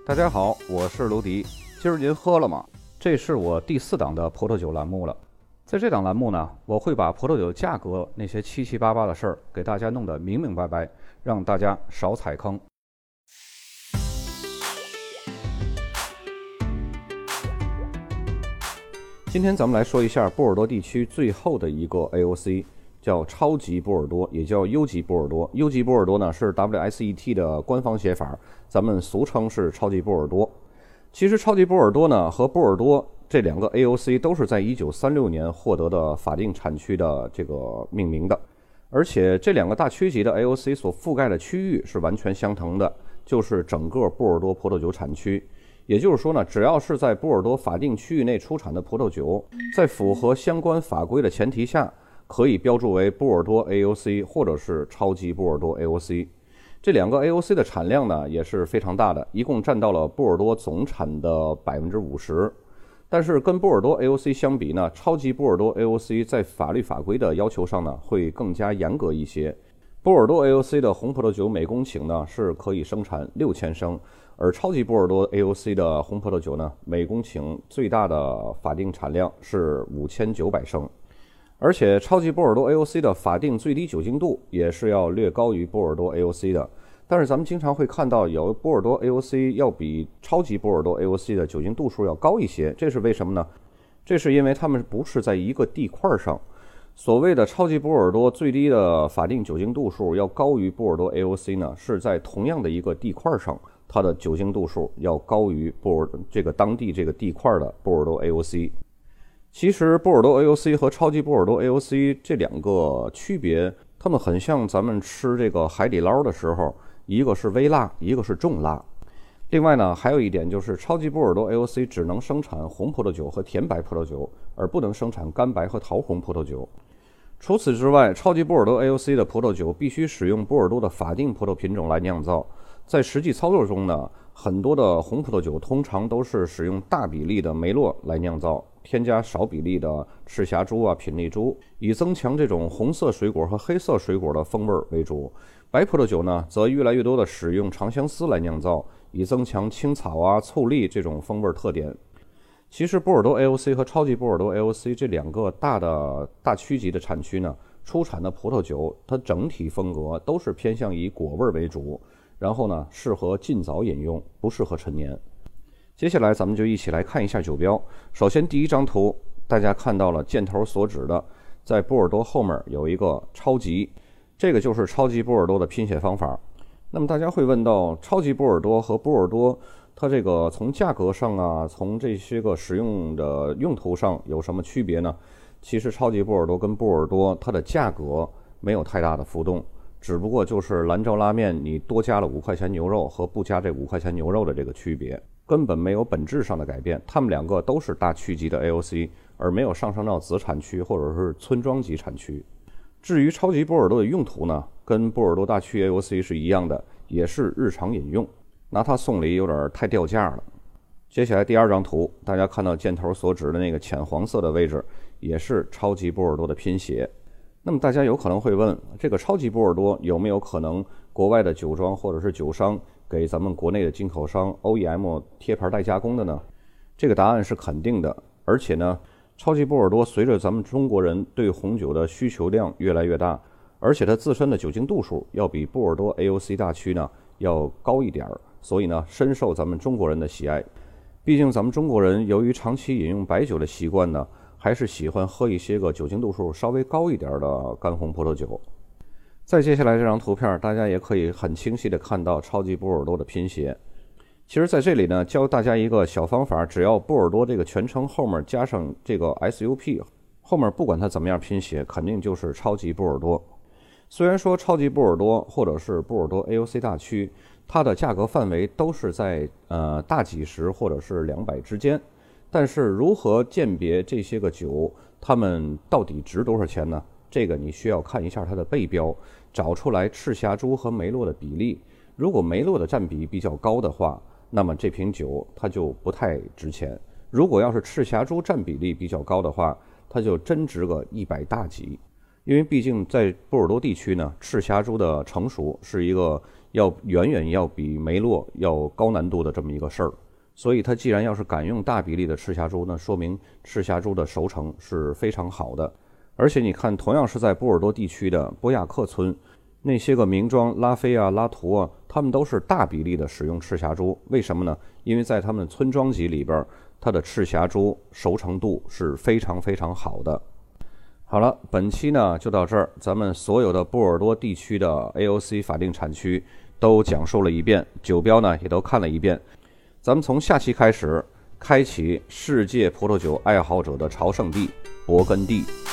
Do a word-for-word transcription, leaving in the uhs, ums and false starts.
大家好，我是卢迪。今儿您喝了吗？这是我第四档的葡萄酒栏目了。在这档栏目呢，我会把葡萄酒价格那些七七八八的事儿给大家弄得明明白白，让大家少踩坑。今天咱们来说一下波尔多地区最后的一个 A O C， 叫超级波尔多，也叫优级波尔多。优级波尔多呢是 W S E T 的官方写法，咱们俗称是超级波尔多。其实超级波尔多呢和波尔多这两个 A O C 都是在一九三六年获得的法定产区的这个命名的，而且这两个大区级的 A O C 所覆盖的区域是完全相同的，就是整个波尔多葡萄酒产区。也就是说呢，只要是在波尔多法定区域内出产的葡萄酒，在符合相关法规的前提下，可以标注为波尔多 A O C 或者是超级波尔多 A O C。这两个 A O C 的产量呢也是非常大的，一共占到了波尔多总产的 百分之五十。但是跟波尔多 A O C 相比呢，超级波尔多 A O C 在法律法规的要求上呢会更加严格一些。波尔多 A O C 的红葡萄酒每公顷呢是可以生产六千升，而超级波尔多 A O C 的红葡萄酒呢每公顷最大的法定产量是五千九百升。而且超级波尔多 A O C 的法定最低酒精度也是要略高于波尔多 A O C 的，但是咱们经常会看到有波尔多 A O C 要比超级波尔多 A O C 的酒精度数要高一些，这是为什么呢？这是因为它们不是在一个地块上。所谓的超级波尔多最低的法定酒精度数要高于波尔多 A O C 呢，是在同样的一个地块上，它的酒精度数要高于波尔这个当地这个地块的波尔多 A O C。其实波尔多 A O C 和超级波尔多 A O C 这两个区别，它们很像咱们吃这个海底捞的时候，一个是微辣，一个是重辣。另外呢，还有一点就是超级波尔多 A O C 只能生产红葡萄酒和甜白葡萄酒，而不能生产干白和桃红葡萄酒。除此之外，超级波尔多 A O C 的葡萄酒必须使用波尔多的法定葡萄品种来酿造。在实际操作中呢，很多的红葡萄酒通常都是使用大比例的梅洛来酿造，添加少比例的赤霞珠啊、品丽珠，以增强这种红色水果和黑色水果的风味为主。白葡萄酒呢，则越来越多的使用长相思来酿造，以增强青草啊、醋栗这种风味特点。其实波尔多 A O C 和超级波尔多 A O C 这两个大的大区级的产区呢，出产的葡萄酒它整体风格都是偏向以果味为主，然后呢适合尽早饮用，不适合陈年。接下来咱们就一起来看一下酒标。首先第一张图，大家看到了箭头所指的，在波尔多后面有一个超级，这个就是超级波尔多的拼写方法。那么大家会问到，超级波尔多和波尔多它这个从价格上啊，从这些个使用的用途上有什么区别呢？其实超级波尔多跟波尔多它的价格没有太大的浮动，只不过就是兰州拉面你多加了五块钱牛肉和不加这五块钱牛肉的这个区别，根本没有本质上的改变。它们两个都是大区级的 A O C， 而没有上升到子产区或者是村庄级产区。至于超级波尔多的用途呢，跟波尔多大区 A O C 是一样的，也是日常饮用，拿它送礼有点太掉价了。接下来第二张图，大家看到箭头所指的那个浅黄色的位置，也是超级波尔多的拼写。那么大家有可能会问，这个超级波尔多有没有可能国外的酒庄或者是酒商给咱们国内的进口商 O E M 贴牌代加工的呢？这个答案是肯定的。而且呢，超级波尔多随着咱们中国人对红酒的需求量越来越大，而且它自身的酒精度数要比波尔多 A O C 大区呢要高一点，所以呢深受咱们中国人的喜爱。毕竟咱们中国人由于长期饮用白酒的习惯呢，还是喜欢喝一些个酒精度数稍微高一点的干红葡萄酒。再接下来这张图片，大家也可以很清晰的看到超级波尔多的拼写。其实在这里呢，教大家一个小方法，只要波尔多这个全称后面加上这个 S U P， 后面不管它怎么样拼写，肯定就是超级波尔多。虽然说超级波尔多或者是波尔多 A O C 大区，它的价格范围都是在呃大几十或者是两百之间，但是如何鉴别这些个酒它们到底值多少钱呢？这个你需要看一下它的背标，找出来赤霞珠和梅洛的比例。如果梅洛的占比比较高的话，那么这瓶酒它就不太值钱。如果要是赤霞珠占比例比较高的话，它就真值个一百大几。因为毕竟在波尔多地区呢，赤霞珠的成熟是一个要远远要比梅洛要高难度的这么一个事儿。所以它既然要是敢用大比例的赤霞珠，那说明赤霞珠的熟成是非常好的。而且你看，同样是在波尔多地区的波亚克村，那些个名庄拉菲啊、拉图啊，他们都是大比例的使用赤霞珠。为什么呢？因为在他们村庄级里边，它的赤霞珠熟成度是非常非常好的。好了，本期呢就到这儿，咱们所有的波尔多地区的 A O C 法定产区都讲述了一遍，酒标呢也都看了一遍。咱们从下期开始，开启世界葡萄酒爱好者的朝圣地——勃艮第。